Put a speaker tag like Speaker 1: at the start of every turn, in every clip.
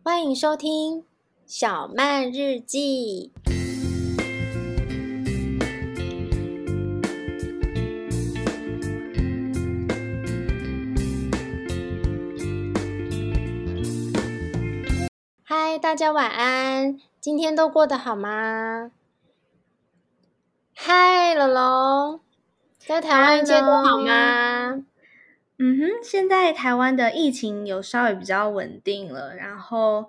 Speaker 1: 欢迎收听小曼日记。嗨，大家晚安，今天都过得好吗？嗨，龙龙，在台湾一切都好吗？
Speaker 2: 现在台湾的疫情有稍微比较稳定了，然后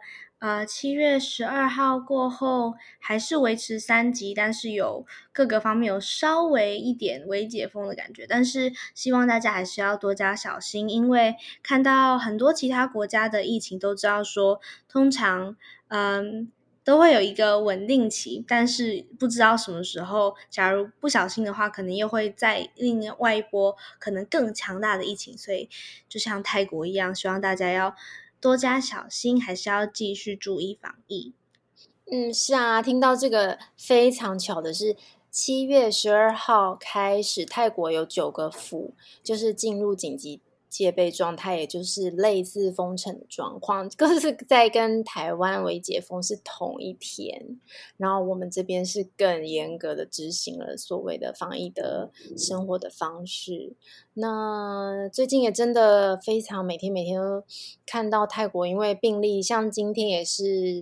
Speaker 2: 7月12号过后还是维持3级，但是有各个方面有稍微一点微解封的感觉，但是希望大家还是要多加小心，因为看到很多其他国家的疫情都知道说，通常都会有一个稳定期，但是不知道什么时候，假如不小心的话，可能又会再另外一波可能更强大的疫情，所以就像泰国一样，希望大家要多加小心，还是要继续注意防疫。
Speaker 1: 是啊，听到这个非常巧的是，7月12号开始，泰国有9个府就是进入紧急戒备状态，也就是类似封城的状况，就是在跟台湾微解封是同一天，然后我们这边是更严格的执行了所谓的防疫的生活的方式。那最近也真的非常每天都看到泰国，因为病例像今天也是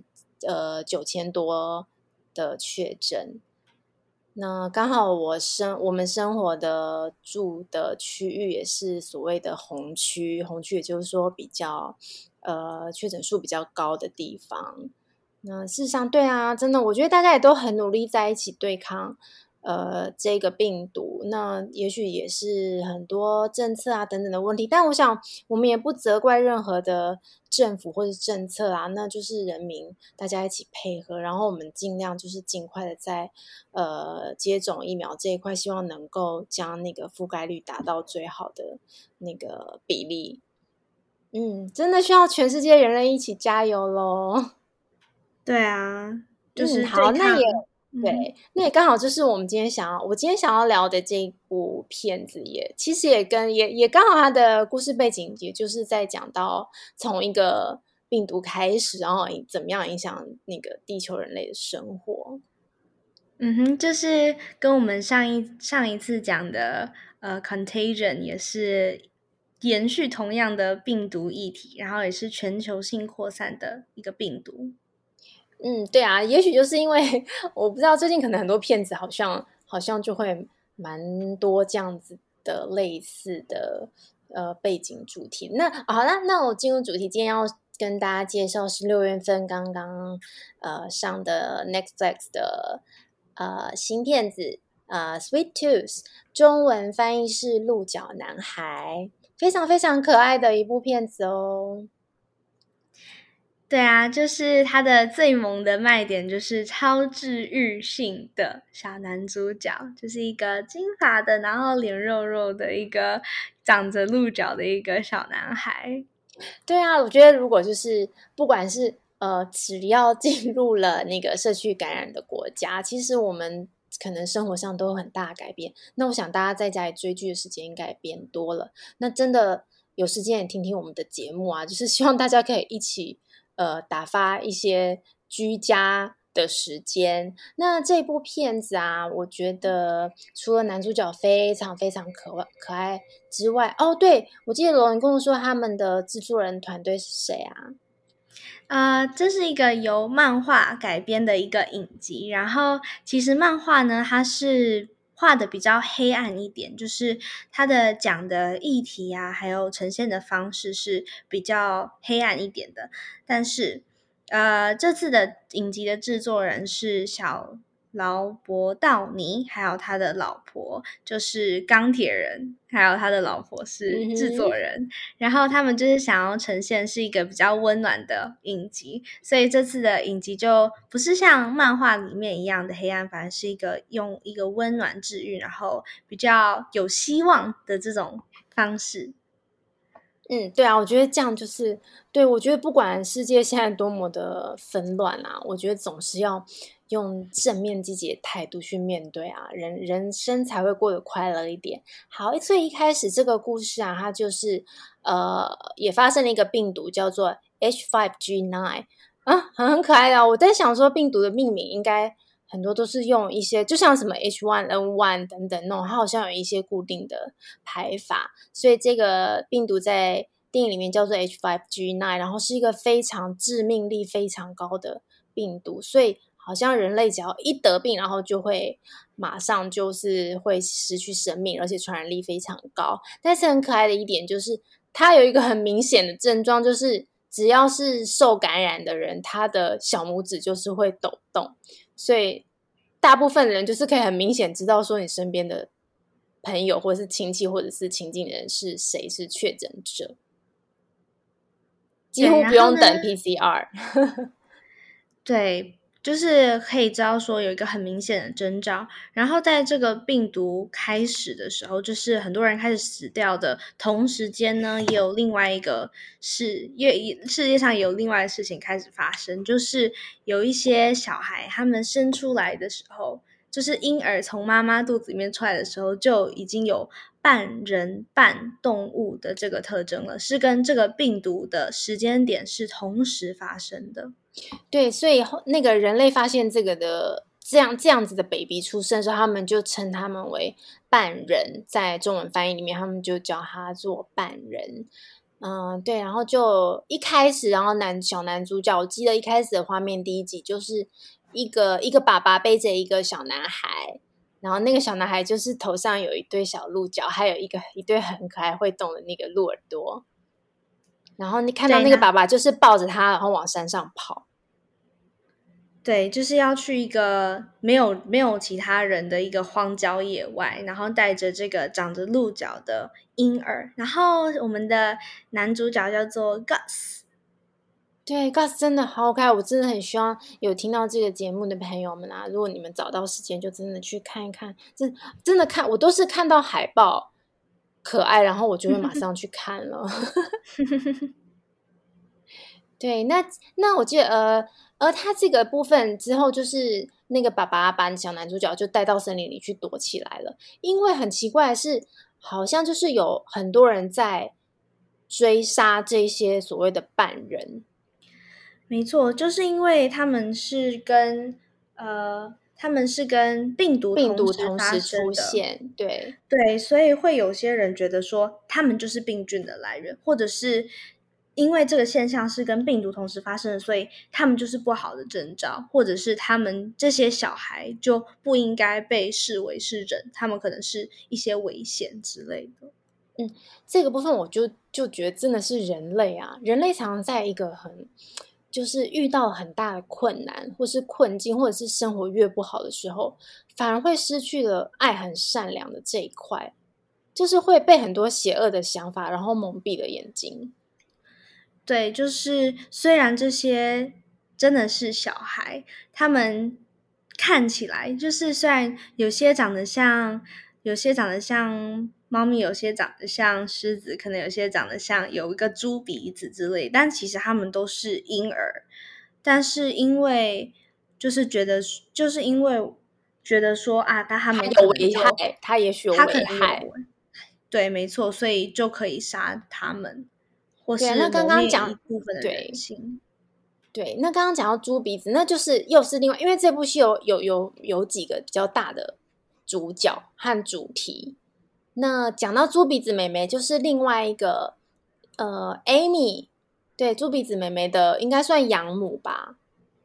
Speaker 1: 9000多的确诊。那刚好我们生活的住的区域也是所谓的红区，红区也就是说比较确诊数比较高的地方。那事实上对啊，真的我觉得大家也都很努力在一起对抗这个病毒，那也许也是很多政策啊等等的问题，但我想我们也不责怪任何的政府或是政策啊，那就是人民大家一起配合，然后我们尽量就是尽快的在接种疫苗这一块，希望能够将那个覆盖率达到最好的那个比例。真的需要全世界人类一起加油咯。
Speaker 2: 对啊，就是
Speaker 1: 好，
Speaker 2: 对抗。
Speaker 1: 对，那也刚好就是我今天想要聊的这一部片子其实也刚好它的故事背景，也就是在讲到从一个病毒开始，然后怎么样影响那个地球人类的生活。
Speaker 2: 就是跟我们上一次讲的Contagion 也是延续同样的病毒议题，然后也是全球性扩散的一个病毒。
Speaker 1: 对啊，也许就是因为我不知道最近可能很多片子好像就会蛮多这样子的类似的背景主题。那好啦，那我进入主题，今天要跟大家介绍是6月份刚刚上的 Netflix 的新片子Sweet Tooth， 中文翻译是鹿角男孩，非常非常可爱的一部片子哦。
Speaker 2: 对啊，就是他的最萌的卖点就是超治愈性的小男主角，就是一个金发的，然后脸肉肉的一个长着鹿角的一个小男孩。
Speaker 1: 对啊，我觉得如果就是不管是只要进入了那个社区感染的国家，其实我们可能生活上都有很大的改变。那我想大家在家里追剧的时间应该也变多了，那真的有时间也听听我们的节目啊，就是希望大家可以一起打发一些居家的时间。那这部片子啊，我觉得除了男主角非常非常可爱之外，对，我记得罗文跟我说他们的制作人团队是谁啊？
Speaker 2: 这是一个由漫画改编的一个影集，然后其实漫画呢，它是画的比较黑暗一点，就是它的讲的议题啊，还有呈现的方式是比较黑暗一点的。但是，这次的影集的制作人是小劳勃道尼，还有他的老婆就是钢铁人，还有他的老婆是制作人。然后他们就是想要呈现是一个比较温暖的影集，所以这次的影集就不是像漫画里面一样的黑暗，反而是用一个温暖治愈，然后比较有希望的这种方式。
Speaker 1: 对啊，我觉得这样就是对，我觉得不管世界现在多么的纷乱啊，我觉得总是要用正面积极的态度去面对啊，人生才会过得快乐一点。好，所以一开始这个故事啊，它就是也发生了一个病毒叫做 H5G9 啊，很可爱的。我在想说，病毒的命名应该很多都是用一些，就像什么 H1N1 等等那种，它好像有一些固定的排法，所以这个病毒在电影里面叫做 H5G9，然后是一个非常致命力非常高的病毒，所以好像人类只要一得病，然后就会马上就是会失去生命，而且传染力非常高。但是很可爱的一点就是，它有一个很明显的症状，就是只要是受感染的人，他的小拇指就是会抖动，所以大部分的人就是可以很明显知道说你身边的朋友或者是亲戚或者是亲近人是谁是确诊者，几乎不用等 PCR。
Speaker 2: 对，就是可以知道说有一个很明显的征兆，然后在这个病毒开始的时候，就是很多人开始死掉的同时间呢，也有另外一个世界上有另外的事情开始发生，就是有一些小孩他们生出来的时候，就是婴儿从妈妈肚子里面出来的时候，就已经有半人半动物的这个特征了，是跟这个病毒的时间点是同时发生的。
Speaker 1: 对，所以那个人类发现这个的这样子的 baby 出生的时候，他们就称他们为半人，在中文翻译里面，他们就叫他做半人。对，然后就一开始，然后小男主角，我记得一开始的画面，第一集就是一个爸爸背着一个小男孩，然后那个小男孩就是头上有一对小鹿角，还有一对很可爱会动的那个鹿耳朵。然后你看到那个爸爸就是抱着他，然后往山上跑。
Speaker 2: 对，就是要去一个没有其他人的一个荒郊野外，然后带着这个长着鹿角的婴儿，然后我们的男主角叫做 Gus。
Speaker 1: 对 ，Gus 真的好可爱，我真的很希望有听到这个节目的朋友们啊，如果你们找到时间，就真的去看一看。真的看，我都是看到海报可爱，然后我就会马上去看了。对，那我记得而他这个部分之后，就是那个爸爸把小男主角就带到森林里去躲起来了。因为很奇怪的是，好像就是有很多人在追杀这些所谓的半人。
Speaker 2: 没错，就是因为他们是跟病毒
Speaker 1: 病毒
Speaker 2: 同时发
Speaker 1: 同时出
Speaker 2: 生的。
Speaker 1: 现，对。
Speaker 2: 对，所以会有些人觉得说他们就是病菌的来源，或者是因为这个现象是跟病毒同时发生的，所以他们就是不好的征兆，或者是他们这些小孩就不应该被视为是人，他们可能是一些危险之类的。
Speaker 1: 这个部分我就觉得真的是人类啊，人类常常在一个就是遇到很大的困难，或是困境，或者是生活越不好的时候，反而会失去了爱很善良的这一块，就是会被很多邪恶的想法然后蒙蔽了眼睛。
Speaker 2: 对，就是虽然这些真的是小孩，他们看起来就是虽然有些长得像猫咪，有些长得像狮子，可能有些长得像有一个猪鼻子之类，但其实他们都是婴儿。但是因为觉得说啊，那他
Speaker 1: 它
Speaker 2: 们可
Speaker 1: 有危害，
Speaker 2: 能就
Speaker 1: 它也许有
Speaker 2: 他可能有
Speaker 1: 危害。
Speaker 2: 对，没错，所以就可以杀他们。或
Speaker 1: 对啊，那
Speaker 2: 是
Speaker 1: 刚
Speaker 2: 磨灭一
Speaker 1: 刚讲
Speaker 2: 部分的人
Speaker 1: 对。
Speaker 2: 性。
Speaker 1: 对，那刚刚讲到猪鼻子，那就是又是另外，因为这部戏有几个比较大的主角和主题。那讲到猪鼻子妹妹，就是另外一个Amy，对，猪鼻子妹妹的应该算养母吧。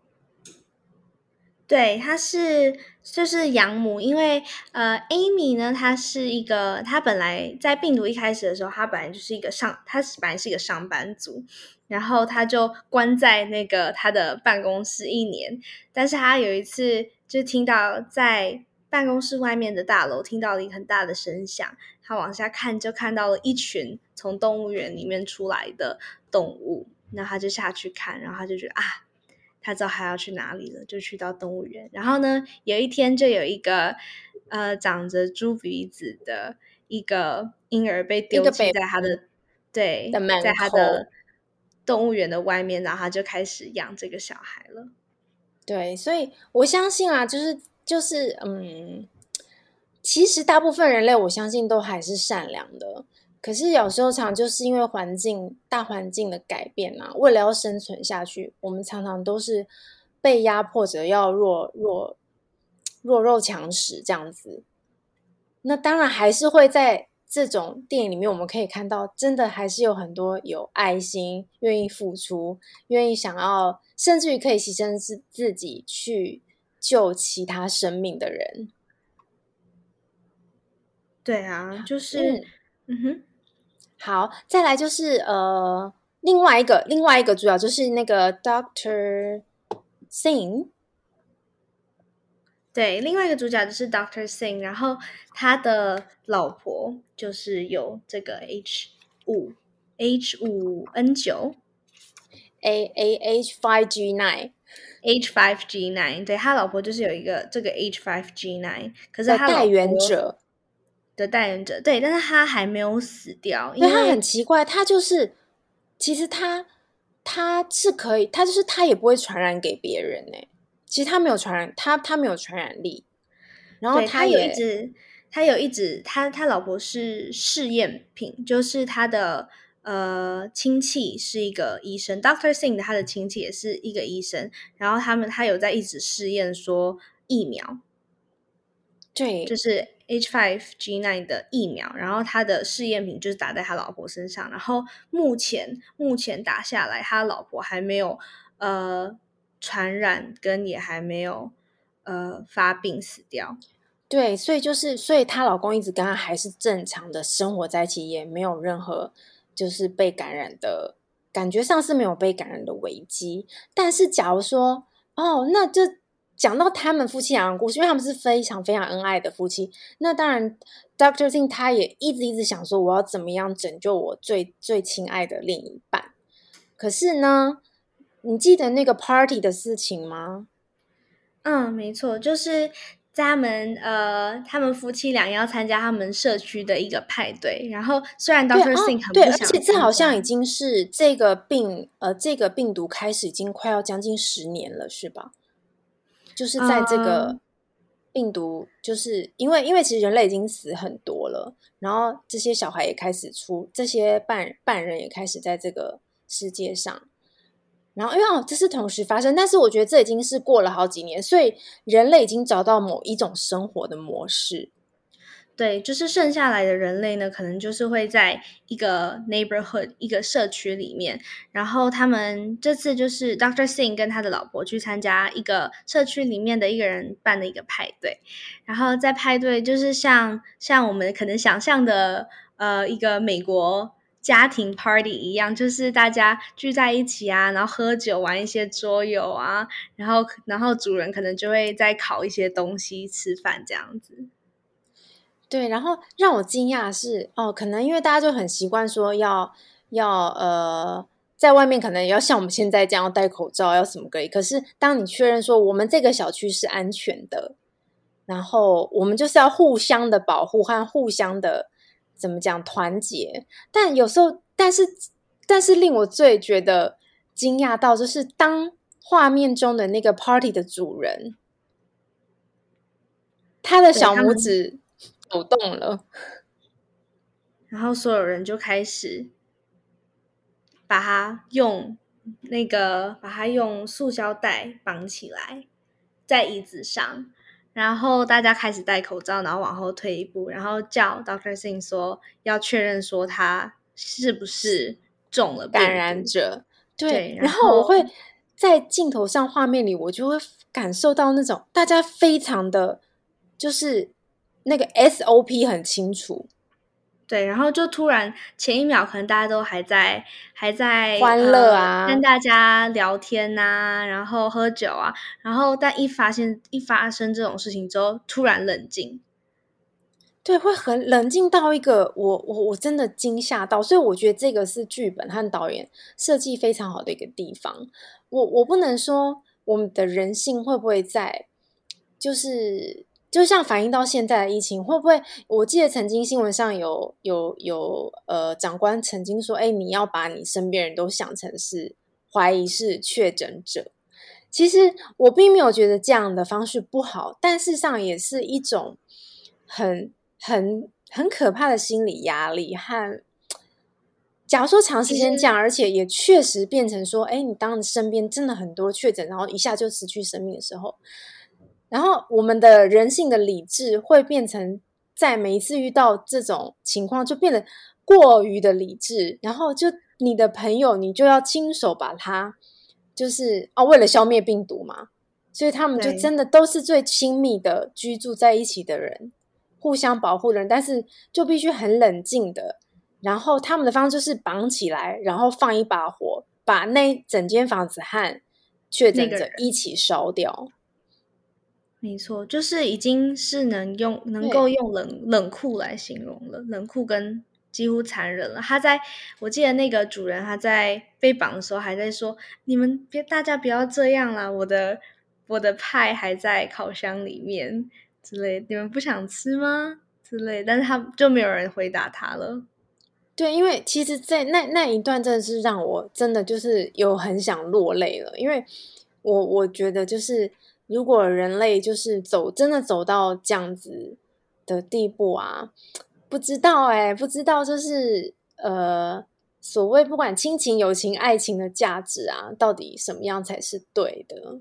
Speaker 2: 对，就是养母，因为Amy 呢，她本来在病毒一开始的时候，她本来是一个上班族，然后她就关在那个她的办公室一年，但是她有一次就听到在办公室外面的大楼听到了一个很大的声响，她往下看就看到了一群从动物园里面出来的动物，然后她就下去看，然后她就觉得啊。他知道他要去哪里了，就去到动物园。然后呢，有一天就有一个长着猪鼻子的一个婴儿被丢弃在他的
Speaker 1: 的门
Speaker 2: 在他
Speaker 1: 口。
Speaker 2: 的动物园的外面，然后他就开始养这个小孩了。
Speaker 1: 对，所以我相信啊，其实大部分人类我相信都还是善良的。 可是有时候就是因为大环境的改变啊，为了要生存下去，我们常常都是被压迫着要弱肉强食这样子。那当然还是会在这种电影里面，我们可以看到，真的还是有很多有爱心、愿意付出、愿意想要，甚至于可以牺牲自己去救其他生命的人。
Speaker 2: 对啊，就是
Speaker 1: 好，再来就是另外一个主角就是那个 Dr. Singh。
Speaker 2: 对，另外一个主角就是 Dr. Singh， 然后他的老婆就是有这个 H5N9
Speaker 1: H5G9
Speaker 2: H5G9， 对，他老婆就是有一个这个 H5G9， 可是他
Speaker 1: 的代
Speaker 2: 老婆
Speaker 1: 言者，
Speaker 2: 对，但是他还没有死掉，因
Speaker 1: 对，他
Speaker 2: 为
Speaker 1: 很奇怪，他就是其实他是可以，他也不会传染给别人欸。其实他没有传染，他没有传染力，然后
Speaker 2: 对他有一直他老婆是试验品，就是他的亲戚是一个医生 ，Dr. Singh 他的亲戚也是一个医生，然后他有在一直试验说疫苗，
Speaker 1: 对，
Speaker 2: 就是 H5G9 的疫苗，然后他的试验品就是打在他老婆身上，然后目前打下来，他老婆还没有传染，跟也还没有发病死掉。
Speaker 1: 对，所以她老公一直跟她还是正常的生活在一起，也没有任何就是被感染的感觉上是没有被感染的危机。但是假如说那就讲到他们夫妻俩的故事，因为他们是非常非常恩爱的夫妻。那当然 Dr. Singh 他也一直想说我要怎么样拯救我最最亲爱的另一半。可是呢，你记得那个 party 的事情吗？
Speaker 2: 没错，就是在他们夫妻俩要参加他们社区的一个派对，然后虽然 Dr. Singh 很
Speaker 1: 对，
Speaker 2: 不想参加，
Speaker 1: 而且这好像已经是这个病毒开始已经快要将近10年了，是吧？就是在这个病毒，就是因为其实人类已经死很多了，然后这些小孩也开始这些半人也开始在这个世界上。然后因为这是同时发生，但是我觉得这已经是过了好几年，所以人类已经找到某一种生活的模式。
Speaker 2: 对，就是剩下来的人类呢，可能就是会在一个 neighborhood 一个社区里面，然后他们这次就是 Dr. Singh 跟他的老婆去参加一个社区里面的一个人办的一个派对，然后在派对就是像我们可能想象的一个美国家庭 party 一样，就是大家聚在一起啊，然后喝酒玩一些桌游啊，然后主人可能就会再烤一些东西吃饭这样子。
Speaker 1: 对，然后让我惊讶的是，可能因为大家就很习惯说要在外面可能也要像我们现在这样要戴口罩，要什么隔离。可是当你确认说我们这个小区是安全的，然后我们就是要互相的保护和互相的怎么讲团结。但有时候，但是令我最觉得惊讶到，就是当画面中的那个 party 的主人，他的小拇指抖动了，
Speaker 2: 然后所有人就开始把它用塑胶袋绑起来在椅子上，然后大家开始戴口罩，然后往后退一步，然后叫 Dr. Singh 说要确认说他是不是中了病毒
Speaker 1: 感染者。
Speaker 2: 对，
Speaker 1: 然后我会在镜头上画面里，我就会感受到那种大家非常的就是那个 SOP 很清楚。
Speaker 2: 对，然后就突然前一秒可能大家都还在
Speaker 1: 欢乐啊，
Speaker 2: 跟大家聊天啊，然后喝酒啊，然后但一发生这种事情之后，突然冷静。
Speaker 1: 对，会很冷静到一个我真的惊吓到，所以我觉得这个是剧本和导演设计非常好的一个地方。我不能说我们的人性会不会在就像反映到现在的疫情，会不会？我记得曾经新闻上有长官曾经说，你要把你身边人都想成是怀疑是确诊者。其实我并没有觉得这样的方式不好，但事实上也是一种很可怕的心理压力和假如说长时间这样，而且也确实变成说，你当你身边真的很多确诊，然后一下就失去生命的时候，然后我们的人性的理智会变成在每一次遇到这种情况就变得过于的理智，然后就你的朋友你就要亲手把他就是为了消灭病毒嘛，所以他们就真的都是最亲密的居住在一起的人，互相保护的人，但是就必须很冷静的，然后他们的方式就是绑起来，然后放一把火，把那整间房子和确诊者一起烧掉。
Speaker 2: 没错，就是已经是能够用冷酷来形容了，冷酷跟几乎残忍了。我记得那个主人他在被绑的时候还在说：“你们大家不要这样啦，我的派还在烤箱里面之类，你们不想吃吗？”之类，但是他就没有人回答他了。
Speaker 1: 对，因为其实在那一段真的是让我真的就是有很想落泪了，因为我觉得就是如果人类就是真的走到这样子的地步啊，不知道就是所谓不管亲情、友情、爱情的价值啊，到底什么样才是对的？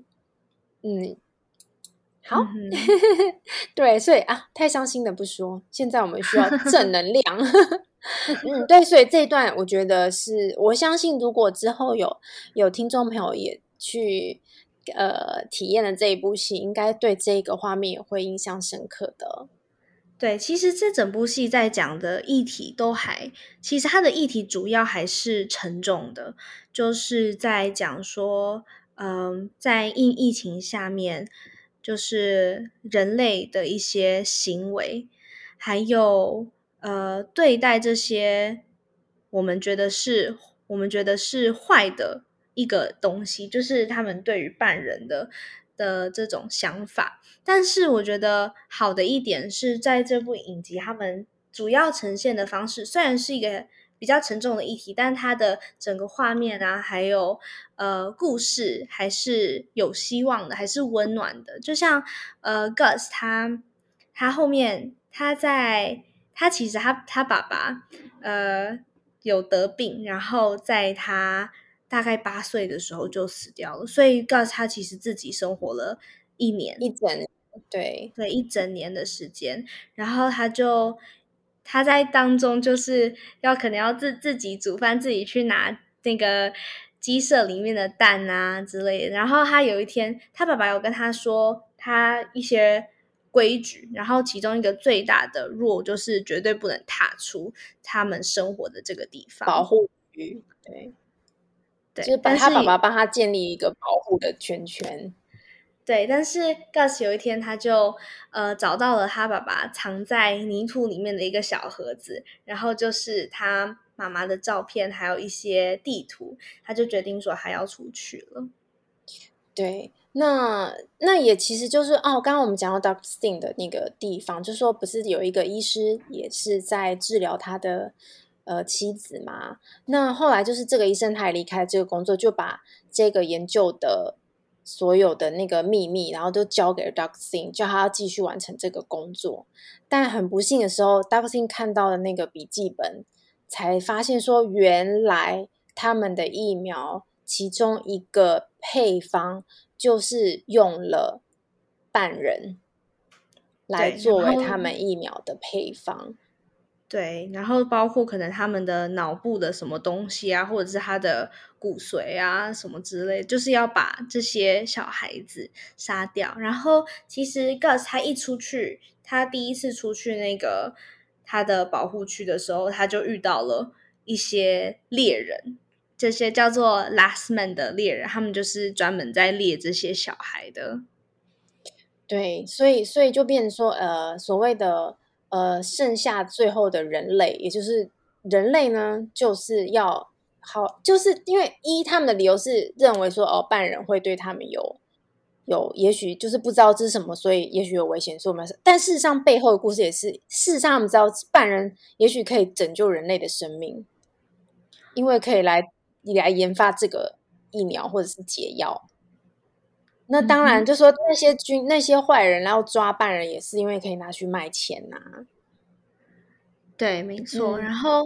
Speaker 1: 好，对，所以太伤心的不说，现在我们需要正能量。对，所以这一段我觉得是我相信，如果之后有听众朋友也去体验了这一部戏，应该对这个画面也会印象深刻的。
Speaker 2: 对，其实这整部戏在讲的议题其实它的议题主要还是沉重的，就是在讲说，在疫情下面，就是人类的一些行为，还有对待这些我们觉得是坏的一个东西，就是他们对于半人的这种想法。但是我觉得好的一点是在这部影集，他们主要呈现的方式虽然是一个比较沉重的议题，但它的整个画面啊，还有故事还是有希望的，还是温暖的。就像Gus 他后面其实他爸爸有得病，然后在他大概8岁的时候就死掉了，所以 Gus 他其实自己生活了1年，
Speaker 1: 对
Speaker 2: 1整年的时间，然后他在当中就是可能要自己煮饭，自己去拿那个鸡舍里面的蛋啊之类的。然后他有一天，他爸爸有跟他说他一些规矩，然后其中一个最大的rule就是绝对不能踏出他们生活的这个地方，
Speaker 1: 保护区，对，就是他爸爸帮他建立一个保护的圈圈。
Speaker 2: 对，但是 Gus 有一天他就找到了他爸爸藏在泥土里面的一个小盒子，然后就是他妈妈的照片，还有一些地图，他就决定说他要出去了。
Speaker 1: 对，那也其实就是刚刚我们讲到 Dustin 的那个地方，就说不是有一个医师也是在治疗他的妻子嘛？那后来就是这个医生他也离开这个工作，就把这个研究的所有的那个秘密，然后都交给了 Dustin， 叫他要继续完成这个工作。但很不幸的时候 ，Dustin 看到的那个笔记本，才发现说原来他们的疫苗其中一个配方就是用了半人来作为他们疫苗的配方。
Speaker 2: 对，然后包括可能他们的脑部的什么东西啊，或者是他的骨髓啊什么之类，就是要把这些小孩子杀掉。然后其实 Gus 他第一次出去那个他的保护区的时候，他就遇到了一些猎人，这些叫做 Last Man 的猎人，他们就是专门在猎这些小孩的。
Speaker 1: 对，所以就变成说，所谓的剩下最后的人类，也就是人类呢，就是要就是因为他们的理由是认为说，半人会对他们有也许就是不知道这是什么，所以也许有危险，所以我们但事实上背后的故事也是，事实上他们知道半人也许可以拯救人类的生命，因为可以来研发这个疫苗或者是解药。那当然就说那些坏人要抓半人也是因为可以拿去卖钱啊。
Speaker 2: 对，没错。然后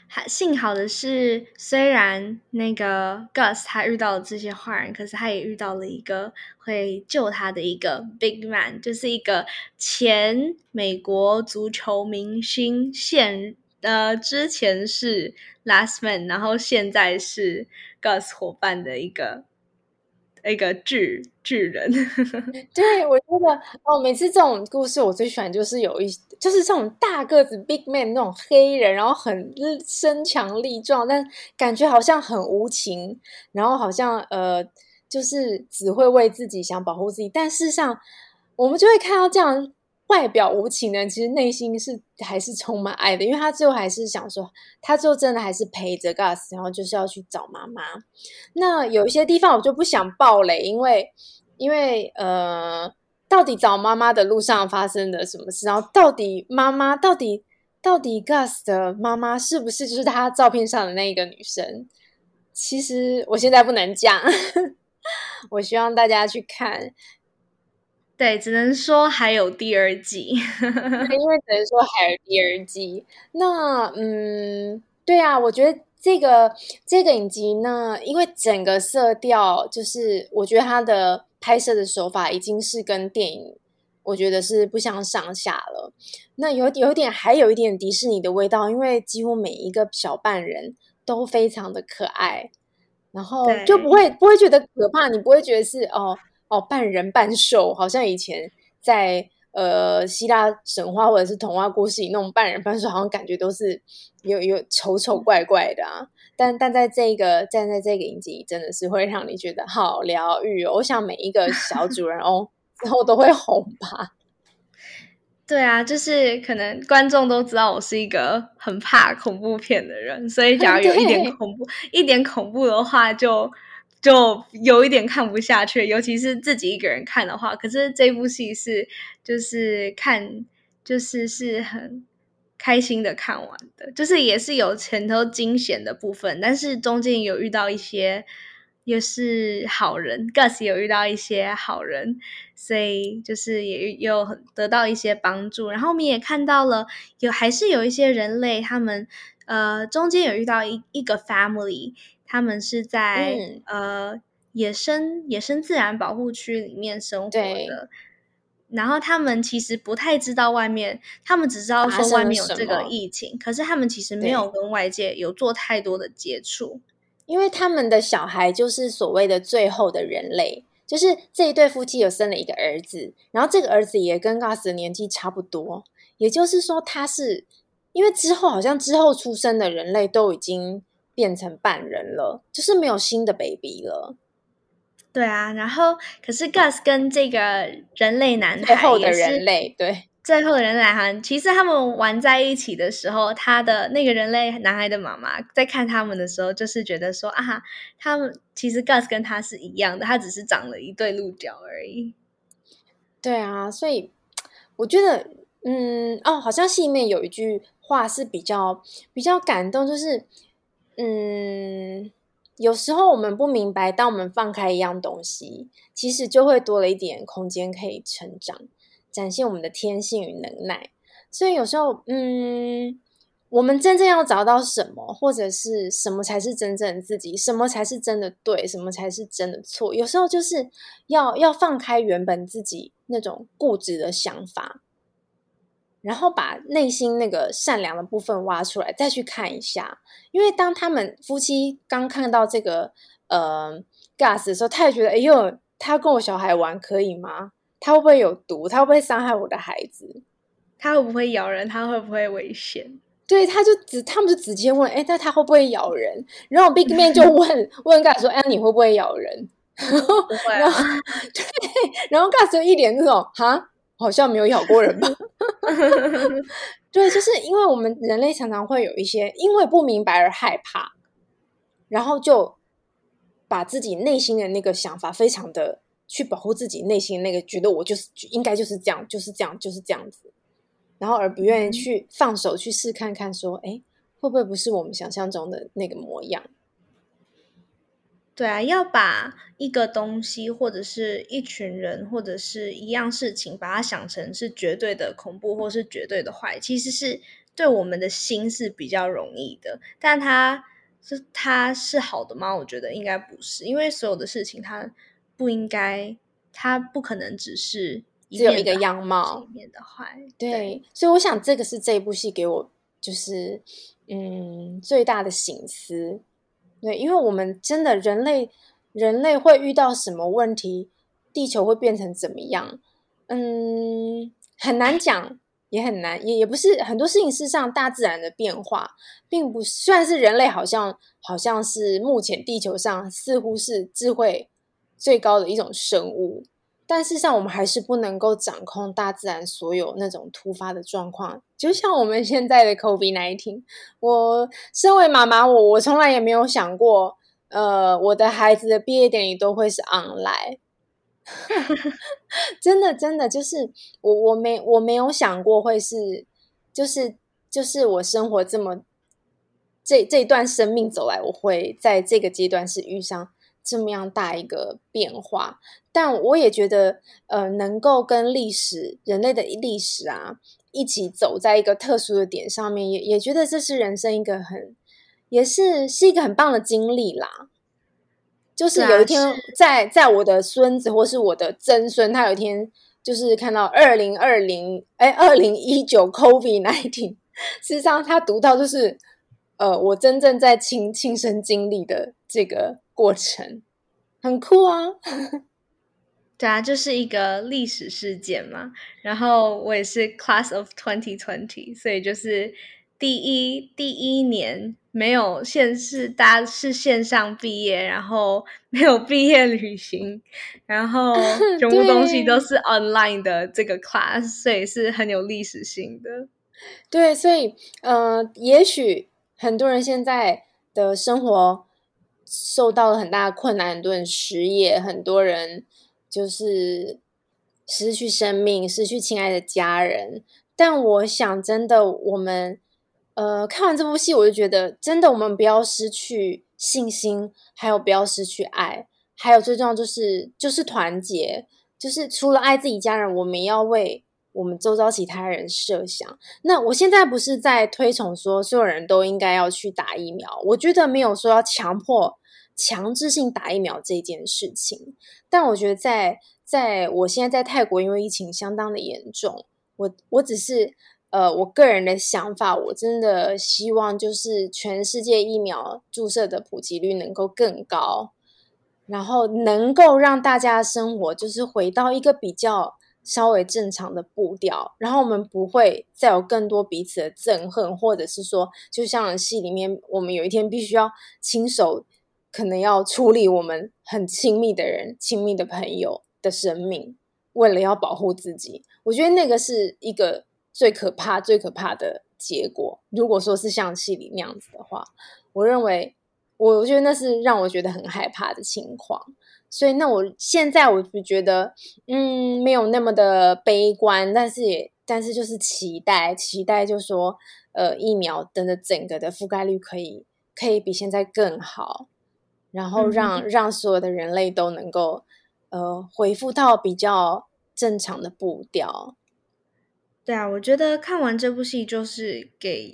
Speaker 2: 幸好的是，虽然那个 Gus 他遇到了这些坏人，可是他也遇到了一个会救他的一个 big man，就是一个前美国足球明星，之前是 Last Man，然后现在是 Gus 伙伴的一个巨人。
Speaker 1: 对，我觉得每次这种故事我最喜欢就是就是这种大个子 big man 那种黑人，然后很身强力壮，但感觉好像很无情，然后好像就是只会为自己想保护自己，但事实上我们就会看到这样外表无情的人，其实内心还是充满爱的，因为他最后还是想说，他最后真的还是陪着 Gus， 然后就是要去找妈妈。那有一些地方我就不想爆雷，因为到底找妈妈的路上发生了什么事？然后到底 Gus 的妈妈是不是就是他照片上的那个女生？其实我现在不能讲，我希望大家去看。
Speaker 2: 对，只能说还有第二季。
Speaker 1: 对，因为只能说还有第二季。那对啊，我觉得这个影集呢，因为整个色调就是我觉得它的拍摄的手法已经是跟电影我觉得是不相上下了。那还有一点迪士尼的味道，因为几乎每一个小扮人都非常的可爱，然后就不
Speaker 2: 对，
Speaker 1: 会觉得可怕，你不会觉得是半人半兽，好像以前在希腊神话或者是童话故事里那种半人半兽，好像感觉都是有丑怪怪的啊。但在这个影集真的是会让你觉得好疗愈哦。我想每一个小主人翁之后都会红吧。
Speaker 2: 对啊，就是可能观众都知道我是一个很怕恐怖片的人，所以假如有一点
Speaker 1: 对，
Speaker 2: 恐怖的话就有一点看不下去，尤其是自己一个人看的话。可是这部戏就是看是很开心的看完的，就是也是有前头惊险的部分，但是中间有遇到一些也是好人，Gus 有遇到一些好人，所以就是也有得到一些帮助。然后我们也看到了还是有一些人类，他们中间有遇到一个 family，他们是在
Speaker 1: 嗯，
Speaker 2: 野生自然保护区里面生活
Speaker 1: 对，
Speaker 2: 的。然后他们其实不太知道外面，他们只知道说外
Speaker 1: 发生了
Speaker 2: 面有这个
Speaker 1: 什么？
Speaker 2: 疫情，可是他们其实没有
Speaker 1: 对。
Speaker 2: 跟外界有做太多的接触。
Speaker 1: 因为他们的小孩就是所谓的最后的人类，就是这一对夫妻有生了一个儿子，然后这个儿子也跟 Gus 的年纪差不多，也就是说因为好像之后出生的人类都已经变成半人了，就是没有新的 baby 了，
Speaker 2: 对啊，然后可是 Gus 跟这个人类男
Speaker 1: 最后的
Speaker 2: 孩也是
Speaker 1: 人类，对。
Speaker 2: 最后的人类男孩，其实他们玩在一起的时候，他的那个人类男孩的妈妈在看他们的时候，就是觉得说啊，他们其实 Gus 跟他是一样的，他只是长了一对鹿角而已。
Speaker 1: 对啊，所以我觉得，好像戏里面有一句话是比较感动，就是，有时候我们不明白，当我们放开一样东西，其实就会多了一点空间可以成长，展现我们的天性与能耐。所以有时候，我们真正要找到什么，或者是什么才是真正的自己，什么才是真的对，什么才是真的错，有时候就是要放开原本自己那种固执的想法，然后把内心那个善良的部分挖出来，再去看一下。因为当他们夫妻刚看到这个gas 的时候，他也觉得，哎呦，他跟我小孩玩可以吗？他会不会有毒？他会不会伤害我的孩子？
Speaker 2: 他会不会咬人？他会不会危险？
Speaker 1: 对，他们就直接问，哎，那他会不会咬人？然后 Big Man 就问 Gus 说，哎，你会不会咬人？
Speaker 2: 不会
Speaker 1: 然后
Speaker 2: 啊。
Speaker 1: 对，然后 Gus 就一脸那种哈，好像没有咬过人吧？对，就是因为我们人类常常会有一些因为不明白而害怕，然后就把自己内心的那个想法非常的去保护自己内心的那个，觉得我就是应该就是这样，就是这样，就是这样子，然后而不愿意去放手去试看看，说，哎，会不会不是我们想象中的那个模样？
Speaker 2: 对啊，要把一个东西或者是一群人或者是一样事情，把它想成是绝对的恐怖或是绝对的坏，其实是对我们的心是比较容易的，但它是好的吗？我觉得应该不是，因为所有的事情它不可能只是一
Speaker 1: 只有一个
Speaker 2: 面的好，
Speaker 1: 样貌，
Speaker 2: 一面的坏。
Speaker 1: 对，所以我想这个是这一部戏给我就是最大的省思。对，因为我们真的人类会遇到什么问题，地球会变成怎么样，很难讲，也很难，也不是很多事情。事实上，大自然的变化，并不是虽然是人类好像是目前地球上似乎是智慧最高的一种生物，但事实上我们还是不能够掌控大自然所有那种突发的状况。就像我们现在的 COVID-19， 我身为妈妈，我从来也没有想过，我的孩子的毕业典礼都会是 online。真的真的就是我没有想过会是就是我生活这么这一段生命走来，我会在这个阶段是遇上这么样大一个变化。但我也觉得能够跟人类的历史啊一起走在一个特殊的点上面，也觉得这是人生一个也是一个很棒的经历啦。就是有一天在我的孙子或是我的曾孙，他有一天就是看到2019 COVID-19， 事实上他读到就是我真正在亲身经历的这个过程，很酷啊。
Speaker 2: 对啊，就是一个历史事件嘛。然后我也是 Class of 2020，所以就是第一年没有大家是线上毕业，然后没有毕业旅行，然后全部东西都
Speaker 1: 对
Speaker 2: 是 online 的这个 class，所以是很有历史性的。
Speaker 1: 对，所以也许很多人现在的生活受到了很大的困难，很多人失业，很多人就是失去生命，失去亲爱的家人。但我想，真的，我们看完这部戏，我就觉得，真的，我们不要失去信心，还有不要失去爱，还有最重要就是团结，就是除了爱自己家人，我们要为我们周遭其他人设想。那我现在不是在推崇说所有人都应该要去打疫苗，我觉得没有说要强制性打疫苗这件事情。但我觉得在我现在在泰国，因为疫情相当的严重，我只是我个人的想法，我真的希望就是全世界疫苗注射的普及率能够更高，然后能够让大家的生活就是回到一个比较稍微正常的步调，然后我们不会再有更多彼此的憎恨，或者是说就像戏里面我们有一天必须要亲手可能要处理我们很亲密的人、亲密的朋友的生命，为了要保护自己。我觉得那个是一个最可怕的结果。如果说是像戏里那样子的话，我认为我觉得那是让我觉得很害怕的情况。所以那我现在我就觉得没有那么的悲观，但是就是期待就说疫苗的整个的覆盖率可以比现在更好，然后让所有的人类都能够恢复到比较正常的步调。
Speaker 2: 对啊，我觉得看完这部戏就是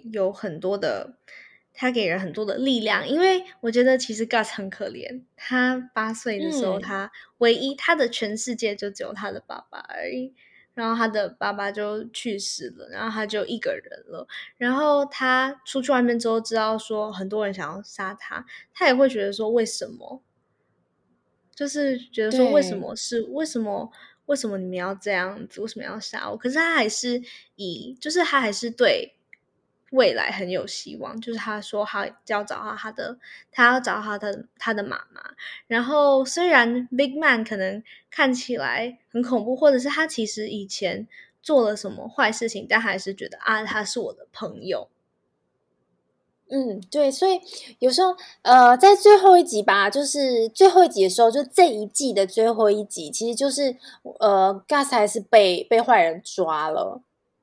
Speaker 2: 他给人很多的力量，因为我觉得其实 Gus 很可怜，他8岁的时候，他的全世界就只有他的爸爸而已，然后他的爸爸就去世了，然后他就一个人了，然后他出去外面之后，知道说很多人想要杀他，他也会觉得说为什么？就是觉得说
Speaker 1: 对
Speaker 2: 为什么你们要这样子？为什么要杀我？可是就是他还是对未来很有希望。就是他说他要找到他的妈妈。然后虽然 Big Man 可能看起来很恐怖，或者是他其实以前做了什么坏事情，但还是觉得他是我的朋友。
Speaker 1: 对，所以有时候在最后一集吧，就是最后一集的时候，就这一季的最后一集，其实就是Gus 还是被坏人抓了。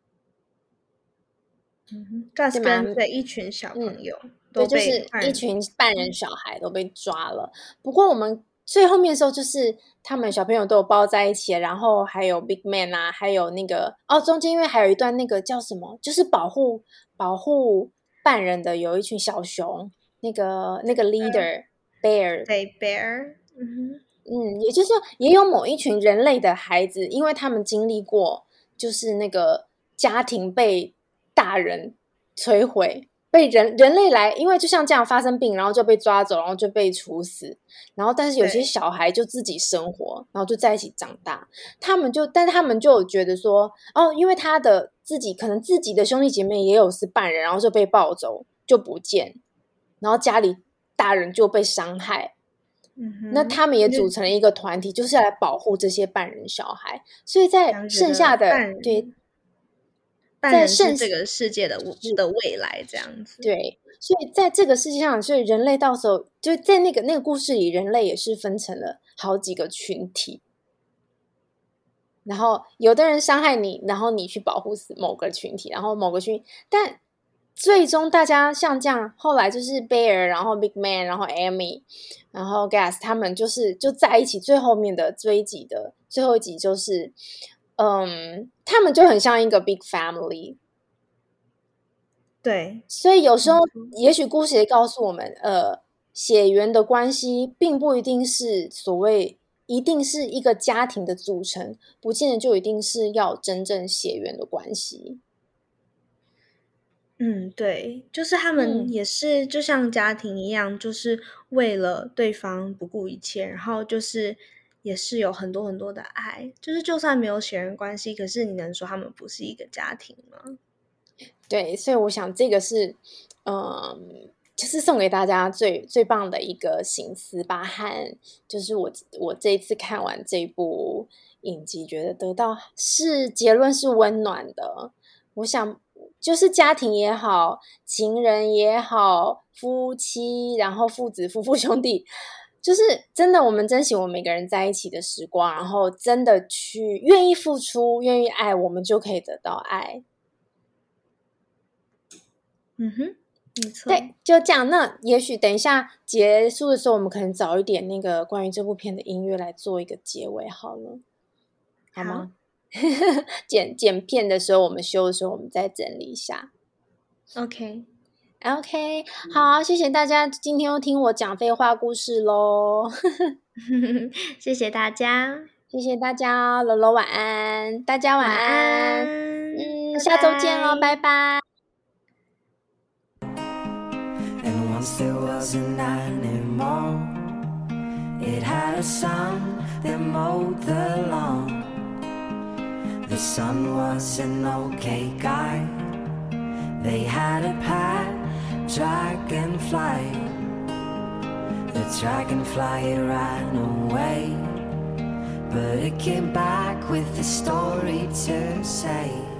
Speaker 2: Gus
Speaker 1: 对吗？
Speaker 2: 跟一群小朋友
Speaker 1: 对，
Speaker 2: 都
Speaker 1: 就是
Speaker 2: 被坏人
Speaker 1: 一群半人小孩都被抓了。不过我们最后面的时候就是他们小朋友都有抱在一起，然后还有 Big Man 啊，还有那个中间因为还有一段那个叫什么，就是保护犯人的有一群小熊，那个 leader Bear，
Speaker 2: 对 Bear，
Speaker 1: 也就是说也有某一群人类的孩子，因为他们经历过就是那个家庭被大人摧毁，被人类来，因为就像这样发生病，然后就被抓走，然后就被处死，然后但是有些小孩就自己生活，然后就在一起长大，但是他们就有觉得说因为他的可能自己的兄弟姐妹也有是犯人，然后就被抱走就不见，然后家里大人就被伤害，那他们也组成了一个团体，就是来保护这些犯人小孩，所以在剩下的
Speaker 2: 犯人是这个世界的未来这样子。
Speaker 1: 对，所以在这个世界上，所以人类到时候就在那个故事里，人类也是分成了好几个群体，然后有的人伤害你，然后你去保护某个群体，然后某个群体，但最终大家像这样，后来就是 Bear， 然后 Big Man， 然后 Amy， 然后 Gas 他们就在一起，最后面的追击的最后一集就是他们就很像一个 big family。
Speaker 2: 对，
Speaker 1: 所以有时候也许故事也告诉我们血缘的关系并不一定是所谓一定是一个家庭的组成，不见得就一定是要真正血缘的关系。
Speaker 2: 对，就是他们也是就像家庭一样，就是为了对方不顾一切，然后就是也是有很多很多的爱，就是就算没有血缘关系，可是你能说他们不是一个家庭吗？
Speaker 1: 对，所以我想这个是就是送给大家最棒的一个省思吧，和就是我这一次看完这部影集觉得得到结论是温暖的。我想就是家庭也好，情人也好，夫妻，然后父子、夫妇、兄弟，就是真的我们珍惜我们每个人在一起的时光，然后真的去愿意付出，愿意爱，我们就可以得到爱。
Speaker 2: 没错。
Speaker 1: 对，就这样。那也许等一下结束的时候，我们可能找一点那个关于这部片的音乐来做一个结尾好了，好吗？剪片的时候，我们修的时候，我们再整理一下。
Speaker 2: OK，
Speaker 1: 好，谢谢大家今天又听我讲废话故事咯。
Speaker 2: 谢谢大家，
Speaker 1: 谢谢大家，柔柔晚安，大家晚安，下周见咯，拜拜。
Speaker 3: And once there was an animal, it had a son that mowed the lawn. The son was an okay guy. They had a pet dragonfly. The dragonfly ran away, but it came back with a story to say.